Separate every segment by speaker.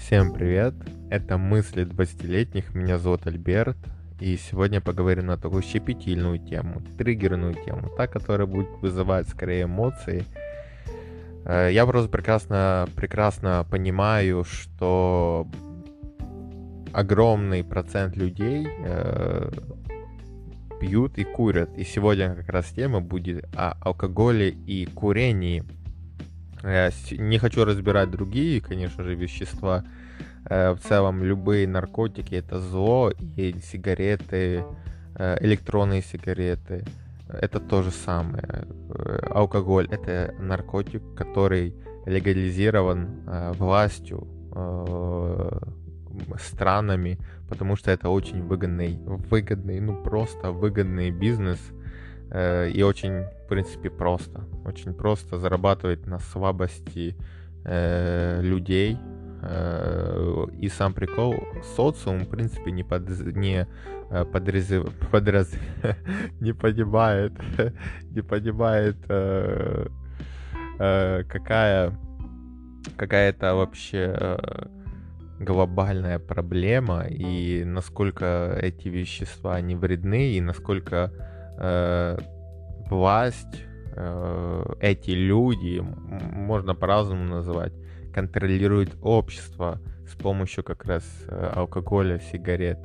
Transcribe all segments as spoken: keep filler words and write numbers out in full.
Speaker 1: Всем привет! Это мысли двадцатилетних, меня зовут Альберт, и сегодня поговорим на такую щепетильную тему, триггерную тему, та, которая будет вызывать скорее эмоции. Э, Я просто прекрасно, прекрасно понимаю, что огромный процент людей э, пьют и курят, и сегодня как раз тема будет о алкоголе и курении. Я с- не хочу разбирать другие, конечно же, вещества. Э, В целом, любые наркотики это зло, и сигареты, э, электронные сигареты это то же самое. Э, Алкоголь это наркотик, который легализирован э, властью, э, м, странами, потому что это очень выгодный, выгодный, ну просто выгодный бизнес. Э, и очень, в принципе, просто. Очень просто зарабатывать на слабости э, людей. Э, и сам прикол, социум, в принципе, не, под, не э, подрезы- подраз- не понимает, не понимает, э, э, какая, какая это вообще э, глобальная проблема и насколько эти вещества они вредны и насколько э, власть, э, эти люди, м- можно по-разному называть, контролирует общество с помощью как раз э, алкоголя, сигарет.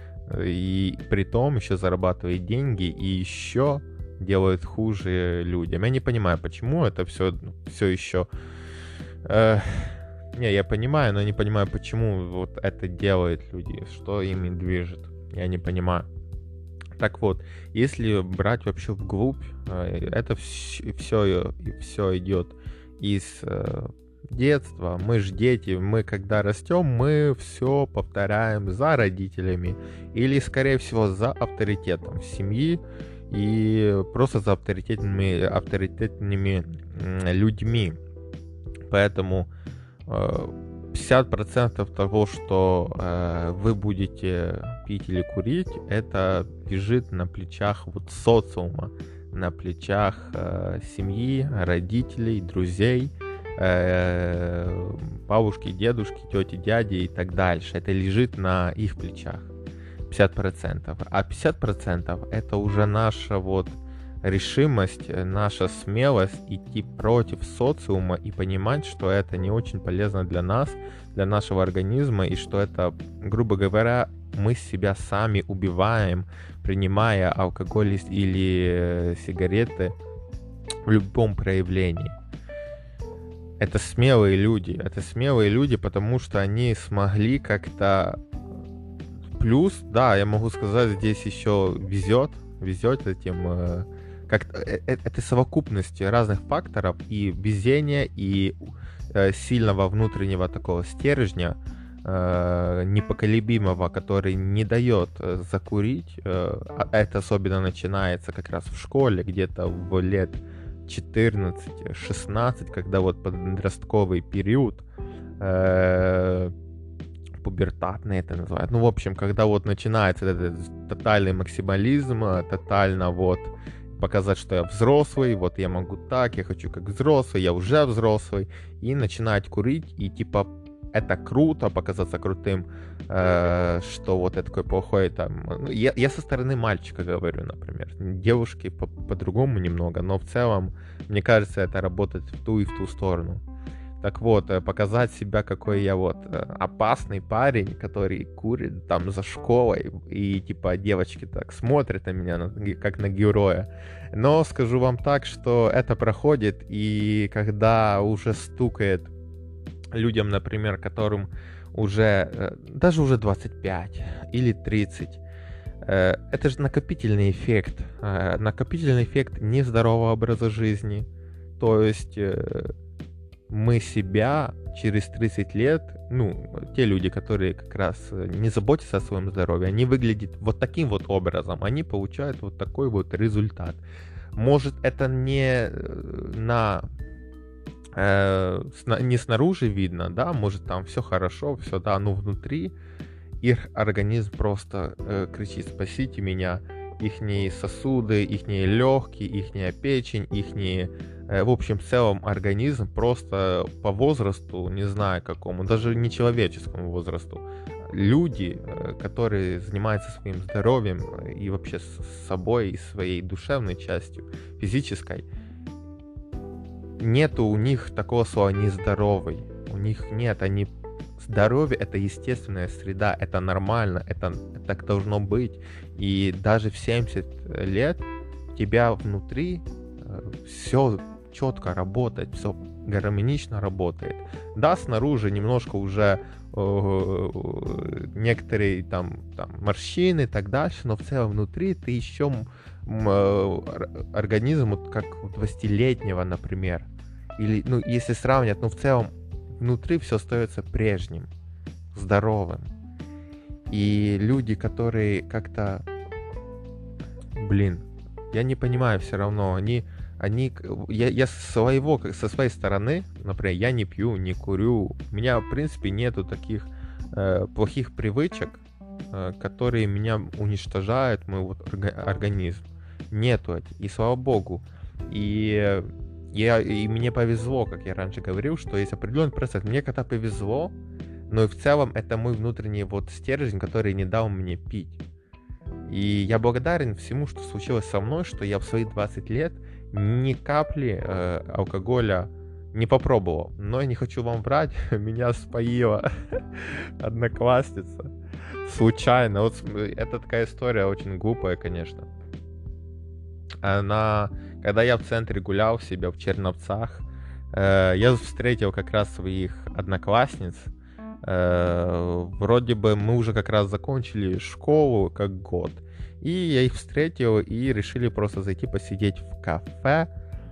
Speaker 1: И при том еще зарабатывает деньги и еще делает хуже людям. Я не понимаю, почему это все, все еще... э, не, я понимаю, но не понимаю, почему вот это делают люди, что ими движет. Я не понимаю. Так вот, если брать вообще вглубь, э, это все, все идет из э, детства. Мы же дети, мы когда растем, мы все повторяем за родителями или, скорее всего, за авторитетом семьи и просто за авторитетными, авторитетными м, людьми. Поэтому э, пятьдесят процентов того, что э, вы будете пить или курить, это лежит на плечах вот социума, на плечах э, семьи, родителей, друзей, э, бабушки, дедушки, тети, дяди и так дальше. Это лежит на их плечах. пятьдесят процентов. А пятьдесят процентов это уже наша вот решимость, наша смелость идти против социума и понимать, что это не очень полезно для нас, для нашего организма, и что это, грубо говоря, мы себя сами убиваем, принимая алкоголь или э, сигареты в любом проявлении. Это смелые люди, это смелые люди, потому что они смогли как-то... Плюс, да, я могу сказать, здесь еще везет, везет этим э, как э, э, этой совокупности разных факторов и везения, и э, сильного внутреннего такого стержня, э, непоколебимого, который не дает э, закурить. Э, а это особенно начинается как раз в школе, где-то в лет четырнадцать-шестнадцать, когда вот подростковый период, э, пубертатный это называют. Ну, в общем, когда вот начинается этот тотальный максимализм, э, тотально вот показать, что я взрослый, вот я могу так, я хочу как взрослый, я уже взрослый, и начинать курить, и типа это круто, показаться крутым, э, что вот это такой плохой там... Ну, я, я со стороны мальчика говорю, например. Девушки по- по-другому немного, но в целом, мне кажется, это работает в ту и в ту сторону. Так вот, э, показать себя, какой я вот э, опасный парень, который курит там за школой, и типа девочки так смотрят на меня, на- ге- как на героя. Но скажу вам так, что это проходит, и когда уже стукает людям, например, которым уже, э, даже уже двадцать пять или тридцать, э, это же накопительный эффект, э, накопительный эффект нездорового образа жизни. То есть э, мы себя через тридцать лет, ну, те люди, которые как раз э, не заботятся о своем здоровье, они выглядят вот таким вот образом, они получают вот такой вот результат. Может, это не э, на э, сна- не снаружи видно, да, может там все хорошо, все, да, но внутри их организм просто э, кричит: спасите меня, ихние сосуды, ихние легкие, ихняя печень, ихние Э, в общем, в целом организм просто по возрасту, не знаю какому, даже не человеческому возрасту, люди, э, которые занимаются своим здоровьем э, и вообще с собой, и своей душевной частью, физической, нету у них такого слова «нездоровый». У них нет, они... Здоровье — это естественная среда, это нормально, это, это так должно быть. И даже в семьдесят лет у тебя внутри э, все четко работает, все гармонично работает. Да, снаружи немножко уже э, некоторые там, там морщины и так дальше, но в целом внутри ты еще э, организм, вот как у двадцатилетнего, например. Или, ну, если сравнивать, ну, в целом внутри все остается прежним, здоровым. И люди, которые как-то, блин, я не понимаю все равно, они, они, я, я своего, со своей стороны, например, я не пью, не курю, у меня, в принципе, нету таких э, плохих привычек, э, которые меня уничтожают, мой вот организм. Нету этих, и слава богу. И Я, и мне повезло, как я раньше говорил, что есть определенный процесс. Мне когда повезло, но и в целом это мой внутренний вот стержень, который не дал мне пить. И я благодарен всему, что случилось со мной, что я в свои двадцать лет ни капли э, алкоголя не попробовал. Но я не хочу вам врать, меня споила одноклассница случайно. Вот это такая история очень глупая, конечно. Она, когда я в центре гулял себя в Черновцах, э, я встретил как раз своих одноклассниц. Э, вроде бы мы уже как раз закончили школу как год. И я их встретил и решили просто зайти посидеть в кафе.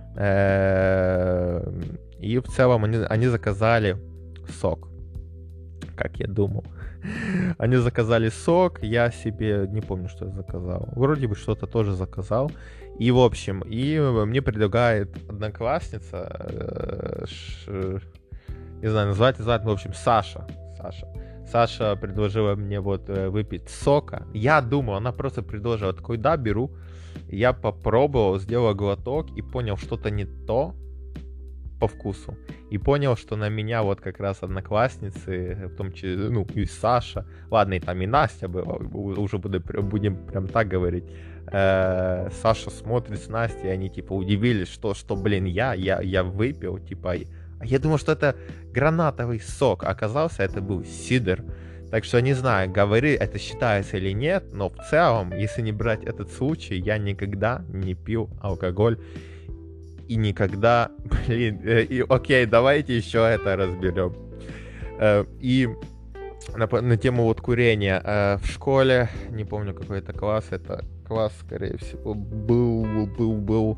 Speaker 1: Э, и в целом они, они заказали сок, как я думал. Они заказали сок, я себе не помню, что я заказал. Вроде бы что-то тоже заказал. И в общем, и мне предлагает одноклассница, э, ш, не знаю, назвать, назвать, в общем, Саша. Саша. Саша предложила мне вот выпить сока. Я думал, она просто предложила, такой, да, беру. Я попробовал, сделал глоток и понял, что-то не то по вкусу. И понял, что на меня вот как раз одноклассницы, в том числе, ну, и Саша, ладно, и там и Настя была, уже буду, будем прям так говорить. Э, Саша смотрит с Настей, и они типа удивились, что, что блин, я, я, я выпил, типа, а я думал, что это гранатовый сок, а оказался, это был сидр. Так что не знаю, говори, это считается или нет, но в целом, если не брать этот случай, я никогда не пил алкоголь. И никогда, блин, э, и, окей, давайте еще это разберем. Э, и на, на тему вот курения. Э, в школе, не помню какой это класс, это класс, скорее всего, был, был, был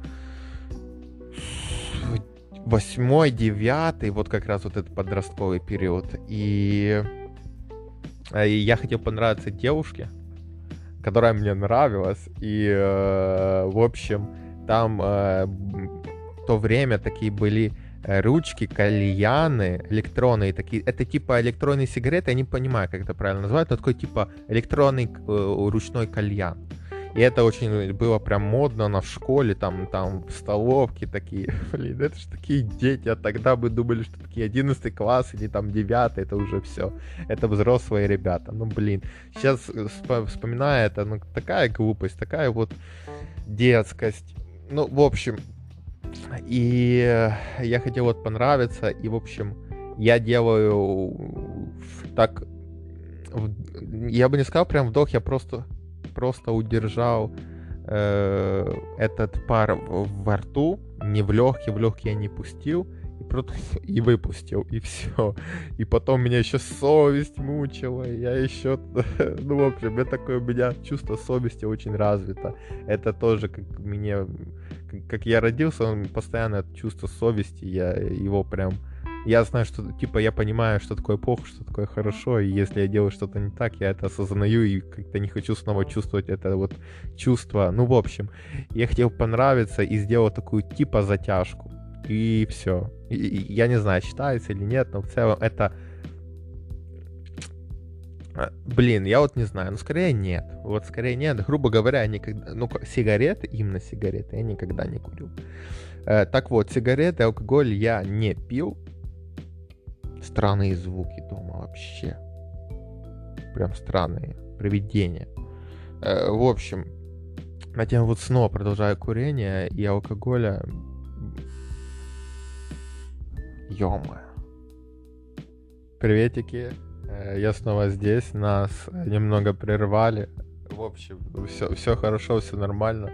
Speaker 1: восьмой, девятый, вот как раз вот этот подростковый период. И, и я хотел понравиться девушке, которая мне нравилась. И, э, в общем, там... Э, в то время такие были ручки, кальяны электронные, такие, это типа электронные сигареты, я не понимаю, как это правильно называют, но такой типа электронный э, ручной кальян. И это очень было прям модно на в школе, там, там в столовке такие, блин, это же такие дети, а тогда бы думали, что такие одиннадцатый класс или там девятый, это уже все, это взрослые ребята, ну блин, сейчас вспоминая это, ну такая глупость, такая вот детскость, ну в общем. И я хотел вот понравиться, и в общем я делаю так, я бы не сказал прям вдох, я просто просто удержал э, этот пар во рту, не в легкие, в легкие я не пустил, и, просто, и выпустил, и все. И потом меня еще совесть мучила, я еще, ну, в общем, это такое у меня чувство совести очень развито. Это тоже, как мне, как я родился, он постоянно это чувство совести, я его прям, я знаю, что, типа, я понимаю, что такое плохо, что такое хорошо, и если я делаю что-то не так, я это осознаю и как-то не хочу снова чувствовать это вот чувство. Ну, в общем, я хотел понравиться и сделал такую типа затяжку. И все. И, и, я не знаю, считается или нет, но в целом это А, Блин, я вот не знаю, ну скорее нет. Вот скорее нет. Грубо говоря, я никогда... Ну, ка- сигареты, именно сигареты, я никогда не курил. Э, так вот, сигареты, алкоголь я не пил. Странные звуки дома вообще. Прям странные. Привидения. Э, в общем, на тему вот снова продолжаю курение и алкоголя. Ё-моё. Приветики. Э, Я снова здесь. Нас немного прервали. В общем, все, все хорошо, все нормально.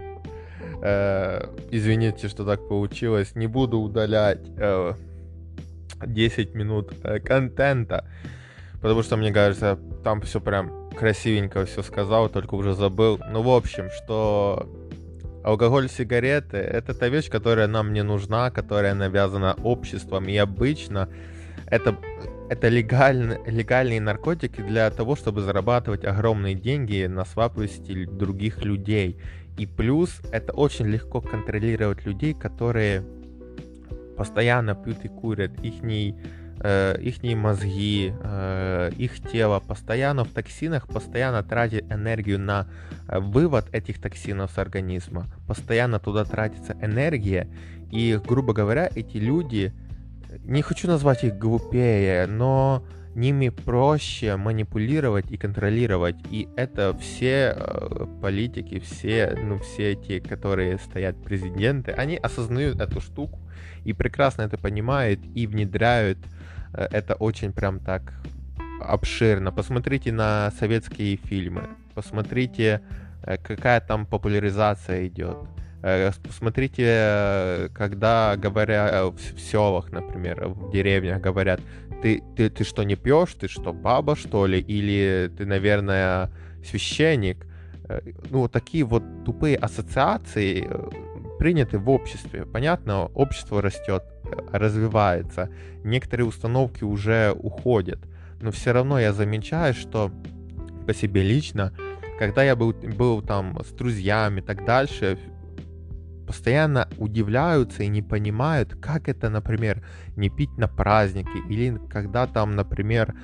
Speaker 1: Э, Извините, что так получилось. Не буду удалять э, десять минут э, контента, потому что, мне кажется, там все прям красивенько все сказал, только уже забыл. Ну, в общем, что алкоголь, сигареты — это та вещь, которая нам не нужна, которая навязана обществом. И обычно это, это легальны, легальные наркотики для того, чтобы зарабатывать огромные деньги на слабости других людей. И плюс это очень легко контролировать людей, которые постоянно пьют и курят. Ихний, э, ихние мозги, э, их тело постоянно в токсинах, постоянно тратит энергию на э, вывод этих токсинов с организма. Постоянно туда тратится энергия. И, грубо говоря, эти люди, не хочу назвать их глупее, но ними проще манипулировать и контролировать. И это все э, политики, все, ну, все те, которые стоят президенты, они осознают эту штуку и прекрасно это понимают и внедряют э, это очень прям так обширно. Посмотрите на советские фильмы, посмотрите, э, какая там популяризация идет. Э, Посмотрите, э, когда говорят э, в в селах, например, в деревнях говорят, ты, ты, ты что, не пьешь? Ты что, баба, что ли? Или ты, наверное, священник? Э, Ну, вот такие вот тупые ассоциации э, приняты в обществе. Понятно, общество растет, э, развивается. Некоторые установки уже уходят. Но все равно я замечаю, что по себе лично, когда я был, был там с друзьями и так дальше, постоянно удивляются и не понимают, как это, например, не пить на праздники, или когда там, например,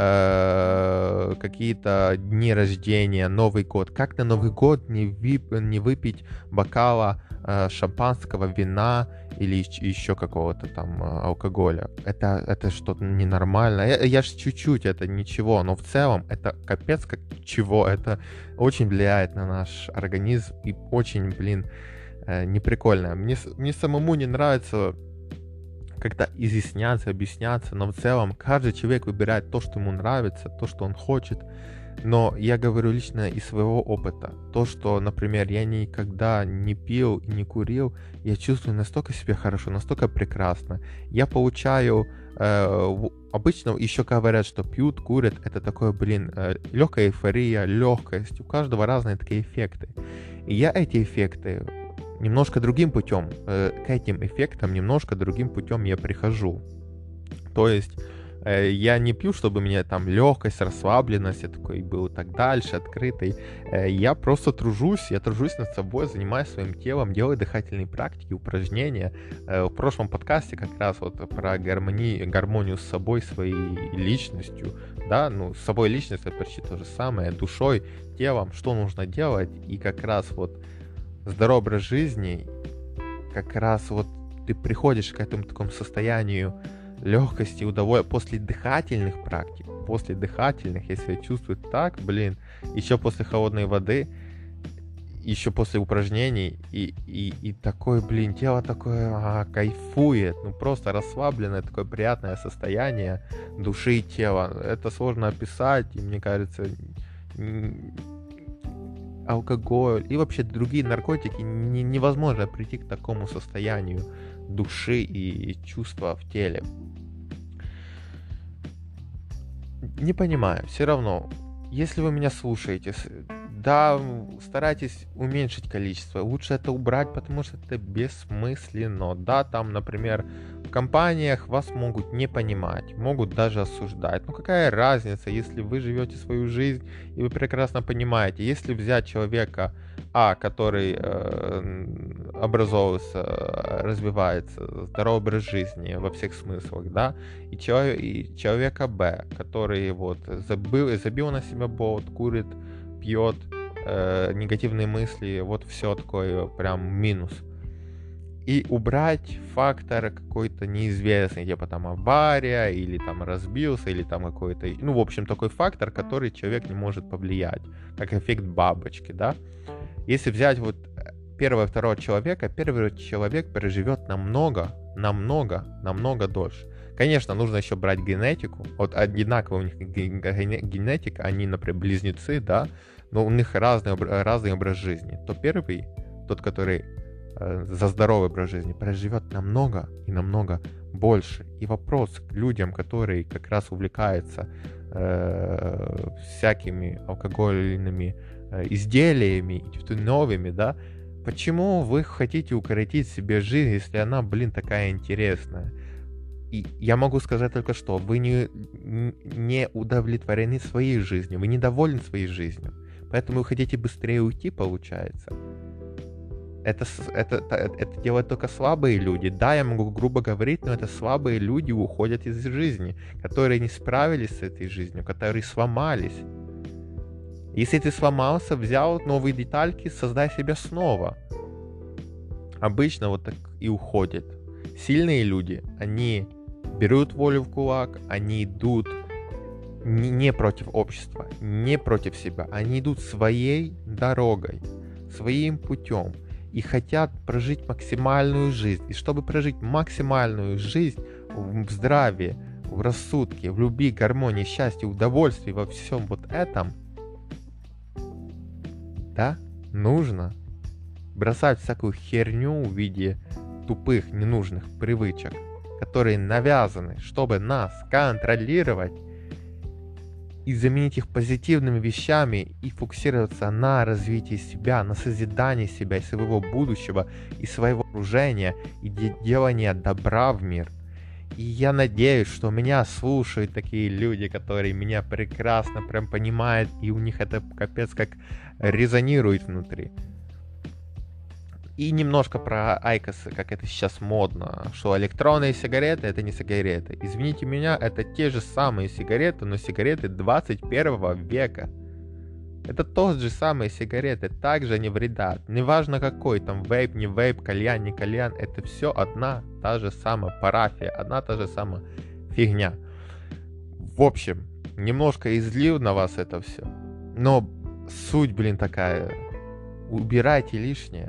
Speaker 1: э, какие-то дни рождения, Новый год, как на Новый год не, вип- не выпить бокала э, шампанского, вина или ещ- еще какого-то там э, алкоголя. Это, это что-то ненормальное. Я, я ж чуть-чуть, это ничего, но в целом это капец как чего. Это очень влияет на наш организм и очень, блин, э, неприкольно. Мне, с- мне самому не нравится как-то изъясняться, объясняться, но в целом каждый человек выбирает то, что ему нравится, то, что он хочет. Но я говорю лично из своего опыта. То, что, например, я никогда не пил и не курил, я чувствую настолько себя хорошо, настолько прекрасно. Я получаю... э, в- обычно еще говорят, что пьют, курят, это такое, блин, э, легкая эйфория, легкость. У каждого разные такие эффекты. И я эти эффекты немножко другим путем, э, к этим эффектам немножко другим путем я прихожу. То есть э, я не пью, чтобы у меня там легкость, расслабленность, я такой был и так дальше, открытый. Э, я просто тружусь, я тружусь над собой, занимаюсь своим телом, делаю дыхательные практики, упражнения. Э, в прошлом подкасте как раз вот про гармонию, гармонию с собой, своей личностью, да, ну, с собой личность это почти то же самое, душой, телом, что нужно делать, и как раз вот здоровый образ жизни, как раз вот ты приходишь к этому такому состоянию легкости, удовольствия после дыхательных практик. После дыхательных я себя чувствую так, блин, еще после холодной воды, еще после упражнений, и, и, и такое, блин, тело такое а, кайфует, ну просто расслабленное, такое приятное состояние души и тела. Это сложно описать, и мне кажется, алкоголь и вообще другие наркотики не, невозможно прийти к такому состоянию души и чувства в теле. Не понимаю, все равно, если вы меня слушаете, да, старайтесь уменьшить количество, лучше это убрать, потому что это бессмысленно. Да, там, например, компаниях вас могут не понимать, могут даже осуждать. Ну какая разница, если вы живете свою жизнь и вы прекрасно понимаете, если взять человека, а, который э, образовывается, развивается, здоровый образ жизни во всех смыслах, да, и, человек, и человека Б, который вот забыл, забил на себя болт, курит, пьет, э, негативные мысли, вот все такое прям минус. И убрать фактор какой-то неизвестный, типа там авария, или там разбился, или там какой-то, ну, в общем, такой фактор, который человек не может повлиять, как эффект бабочки, да. Если взять вот первого и второго человека, первый человек переживет намного, намного, намного дольше. Конечно, нужно еще брать генетику, вот одинаковая у них генетика, они, например, близнецы, да, но у них разный, разный образ жизни. То первый, тот, который за здоровый образ жизни, проживет намного и намного больше. И вопрос к людям, которые как раз увлекаются э, всякими алкогольными э, изделиями и новыми, да, почему вы хотите укоротить себе жизнь, если она, блин, такая интересная? И я могу сказать только что, вы не, не удовлетворены своей жизнью, вы недовольны своей жизнью, поэтому вы хотите быстрее уйти, получается. Это, это, это, это делают только слабые люди. Да, я могу грубо говорить, но это слабые люди уходят из жизни, которые не справились с этой жизнью, которые сломались. Если ты сломался, взял новые детальки, создай себя снова. Обычно вот так и уходят. Сильные люди, они берут волю в кулак, они идут не, не против общества, не против себя. Они идут своей дорогой, своим путем. И хотят прожить максимальную жизнь. И чтобы прожить максимальную жизнь в здравии, в рассудке, в любви, гармонии, счастье, удовольствии, во всем вот этом, да, нужно бросать всякую херню в виде тупых, ненужных привычек, которые навязаны, чтобы нас контролировать, и заменить их позитивными вещами и фокусироваться на развитии себя, на созидании себя и своего будущего, и своего окружения, и делания добра в мир. И я надеюсь, что меня слушают такие люди, которые меня прекрасно прям понимают, и у них это капец как резонирует внутри. И немножко про айкосы, как это сейчас модно, что электронные сигареты — это не сигареты. Извините меня, это те же самые сигареты, но сигареты двадцать первого века. Это тот же самые сигареты, также они вредят. Неважно какой, там вейп, не вейп, кальян, не кальян, это все одна та же самая парафия, одна та же самая фигня. В общем, немножко излил на вас это все, но суть, блин, такая: убирайте лишнее,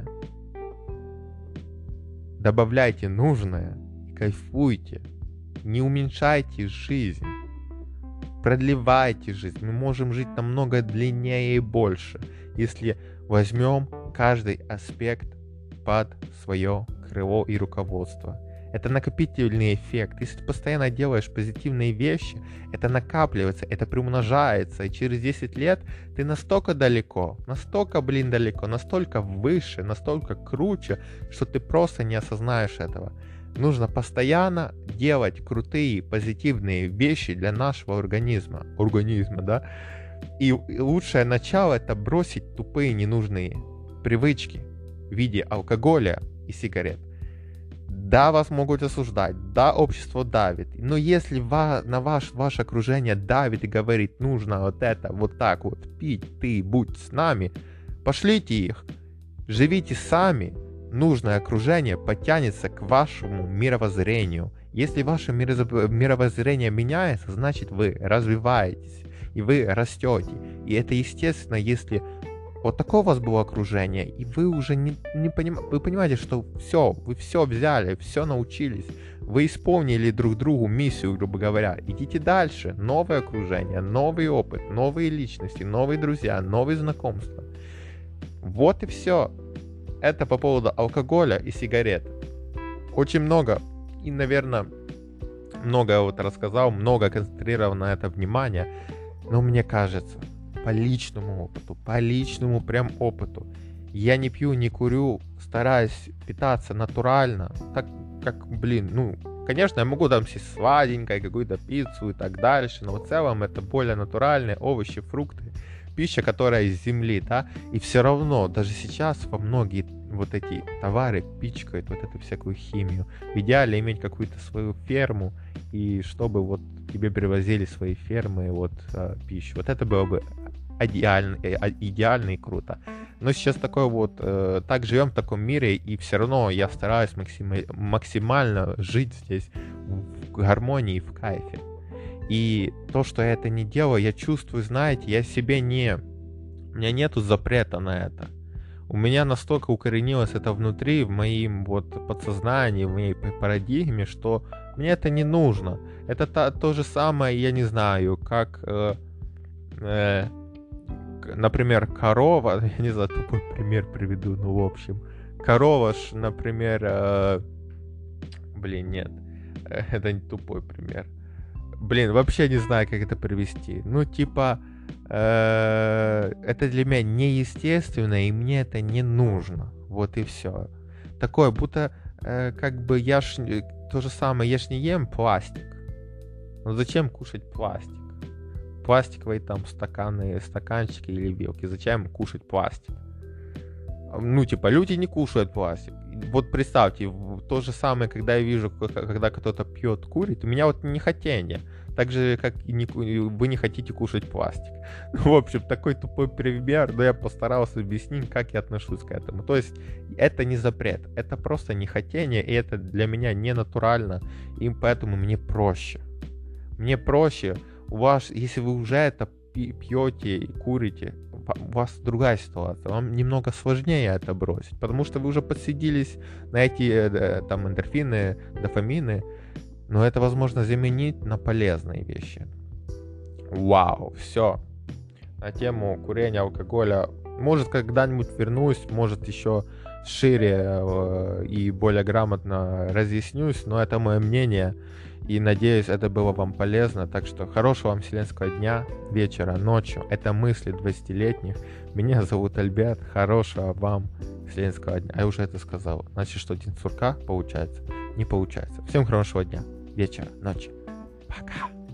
Speaker 1: добавляйте нужное, кайфуйте, не уменьшайте жизнь, продлевайте жизнь. Мы можем жить намного длиннее и больше, если возьмем каждый аспект под свое крыло и руководство. Это накопительный эффект. Если ты постоянно делаешь позитивные вещи, это накапливается, это приумножается, и через десять лет ты настолько далеко, настолько, блин, далеко, настолько выше, настолько круче, что ты просто не осознаешь этого. Нужно постоянно делать крутые, позитивные вещи для нашего организма. Организма, да? И лучшее начало — это бросить тупые, ненужные привычки в виде алкоголя и сигарет. Да, вас могут осуждать, да, общество давит, но если ва- на ваш, ваше окружение давит и говорит, нужно вот это, вот так вот пить, ты будь с нами, пошлите их, живите сами, нужное окружение подтянется к вашему мировоззрению. Если ваше мировоззрение меняется, значит вы развиваетесь, и вы растете, и это естественно, если вот такое у вас было окружение, и вы уже не, не понимаете, вы понимаете, что все, вы все взяли, все научились, вы исполнили друг другу миссию, грубо говоря, идите дальше, новое окружение, новый опыт, новые личности, новые друзья, новые знакомства. Вот и все. Это по поводу алкоголя и сигарет. Очень много, и, наверное, много вот рассказал, много концентрировал на это внимание, но мне кажется, по личному опыту, по личному прям опыту. Я не пью, не курю, стараюсь питаться натурально, так как, блин, ну, Конечно, я могу там съесть сладенькое, какую-то пиццу и так дальше, но в целом это более натуральные овощи, фрукты, пища, которая из земли, да, и все равно, даже сейчас во многие вот эти товары пичкают вот эту всякую химию. В идеале иметь какую-то свою ферму, и чтобы вот тебе привозили свои фермы вот а, пищу. Вот это было бы идеально, идеально и круто. Но сейчас такое вот, э, так живем в таком мире, и все равно я стараюсь максима- максимально жить здесь в гармонии, в кайфе. И то, что я это не делаю, я чувствую, знаете, я себе не... У меня нету запрета на это. У меня настолько укоренилось это внутри, в моем вот подсознании, в моей парадигме, что мне это не нужно. Это то, то же самое, я не знаю, как... Э, э, например, корова, я не знаю, тупой пример приведу, ну, в общем, корова ж, например, э, блин, нет, это не тупой пример, блин, вообще не знаю, как это привести, ну, типа, э, это для меня неестественно, и мне это не нужно, вот и все, такое, будто, э, как бы, я ж, то же самое, я ж не ем пластик, ну, зачем кушать пластик? Пластиковые там стаканы, стаканчики или вилки. Зачем кушать пластик? Ну, типа, люди не кушают пластик. Вот представьте, то же самое, когда я вижу, когда кто-то пьет, курит, у меня вот нехотение. Так же, как и не, вы не хотите кушать пластик. В общем, такой тупой пример, но я постарался объяснить, как я отношусь к этому. То есть, это не запрет, это просто нехотение, и это для меня не натурально, и поэтому мне проще. Мне проще... У вас, если вы уже это пьете и курите, у вас другая ситуация. Вам немного сложнее это бросить, потому что вы уже подсиделись на эти там эндорфины, дофамины, но это возможно заменить на полезные вещи. Вау, все. На тему курения, алкоголя. Может, когда-нибудь вернусь, может, еще шире э, и более грамотно разъяснюсь, но это мое мнение. И надеюсь, это было вам полезно. Так что хорошего вам вселенского дня, вечера, ночи. Это мысли двадцатилетних. Меня зовут Альберт. Хорошего вам вселенского дня. А я уже это сказал. Значит, что день сурка получается? Не получается. Всем хорошего дня, вечера, ночи. Пока.